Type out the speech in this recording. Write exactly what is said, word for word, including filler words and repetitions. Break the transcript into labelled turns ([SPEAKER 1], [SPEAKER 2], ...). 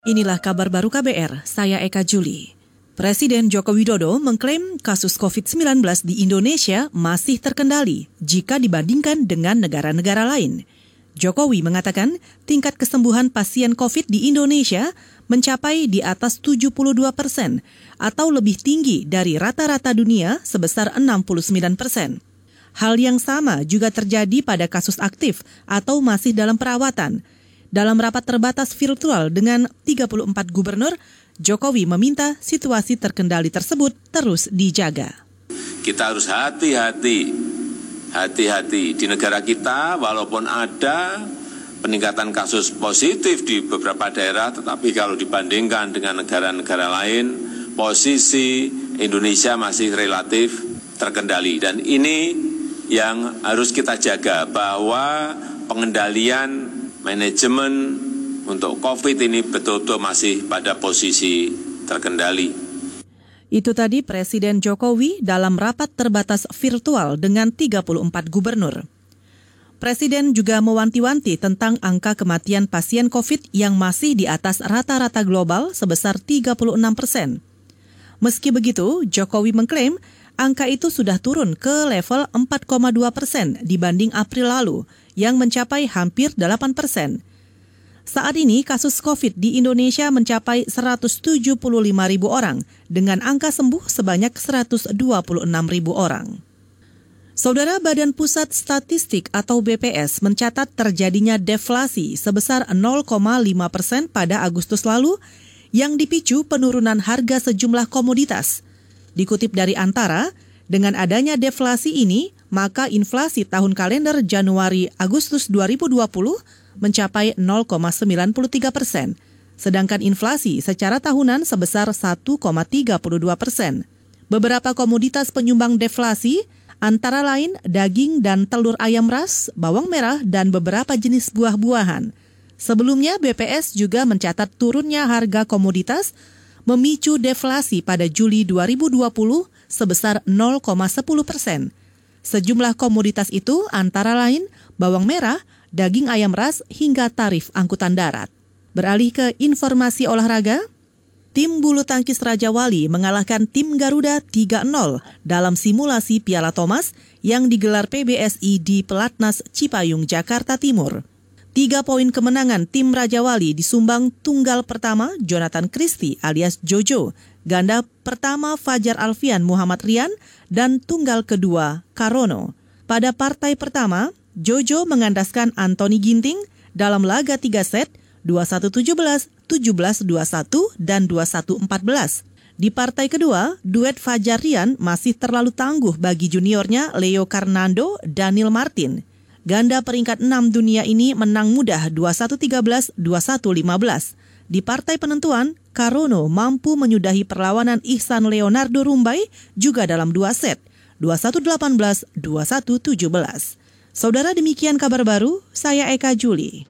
[SPEAKER 1] Inilah kabar baru K B R, saya Eka Juli. Presiden Joko Widodo mengklaim kasus covid sembilan belas di Indonesia masih terkendali jika dibandingkan dengan negara-negara lain. Jokowi mengatakan tingkat kesembuhan pasien COVID di Indonesia mencapai di atas tujuh puluh dua persen atau lebih tinggi dari rata-rata dunia sebesar enam puluh sembilan persen. Hal yang sama juga terjadi pada kasus aktif atau masih dalam perawatan. Dalam rapat terbatas virtual dengan tiga puluh empat gubernur, Jokowi meminta situasi terkendali tersebut terus dijaga.
[SPEAKER 2] Kita harus hati-hati, hati-hati di negara kita walaupun ada peningkatan kasus positif di beberapa daerah, tetapi kalau dibandingkan dengan negara-negara lain, posisi Indonesia masih relatif terkendali. Dan ini yang harus kita jaga, bahwa pengendalian manajemen untuk COVID ini betul-betul masih pada posisi terkendali.
[SPEAKER 1] Itu tadi Presiden Jokowi dalam rapat terbatas virtual dengan tiga puluh empat gubernur. Presiden juga mewanti-wanti tentang angka kematian pasien COVID yang masih di atas rata-rata global sebesar tiga puluh enam persen. Meski begitu, Jokowi mengklaim angka itu sudah turun ke level empat koma dua persen dibanding April lalu, yang mencapai hampir delapan persen. Saat ini kasus COVID di Indonesia mencapai seratus tujuh puluh lima ribu orang dengan angka sembuh sebanyak seratus dua puluh enam ribu orang. Saudara, Badan Pusat Statistik atau B P S mencatat terjadinya deflasi sebesar nol koma lima persen pada Agustus lalu yang dipicu penurunan harga sejumlah komoditas. Dikutip dari Antara, dengan adanya deflasi ini, maka inflasi tahun kalender Januari-Agustus dua ribu dua puluh mencapai nol koma sembilan tiga persen, sedangkan inflasi secara tahunan sebesar satu koma tiga dua persen. Beberapa komoditas penyumbang deflasi antara lain daging dan telur ayam ras, bawang merah, dan beberapa jenis buah-buahan. Sebelumnya B P S juga mencatat turunnya harga komoditas memicu deflasi pada Juli dua ribu dua puluh sebesar nol koma sepuluh persen. Sejumlah komoditas itu antara lain bawang merah, daging ayam ras, hingga tarif angkutan darat. Beralih ke informasi olahraga, tim bulu tangkis Raja Wali mengalahkan tim Garuda tiga nol dalam simulasi Piala Thomas yang digelar P B S I di Pelatnas Cipayung, Jakarta Timur. Tiga poin kemenangan tim Raja Wali disumbang tunggal pertama Jonathan Christie alias Jojo, ganda pertama Fajar Alfian Muhammad Rian, dan tunggal kedua Karono. Pada partai pertama, Jojo mengandaskan Anthony Ginting dalam laga tiga set dua puluh satu tujuh belas, tujuh belas dua puluh satu, dan dua puluh satu empat belas. Di partai kedua, duet Fajar Rian masih terlalu tangguh bagi juniornya Leo Karnando Daniel Martin. Ganda peringkat enam dunia ini menang mudah dua puluh satu tiga belas, dua puluh satu lima belas. Di partai penentuan, Karono mampu menyudahi perlawanan Ihsan Leonardo Rumbai juga dalam dua set, dua puluh satu delapan belas, dua puluh satu tujuh belas. Saudara, demikian kabar baru, saya Eka Juli.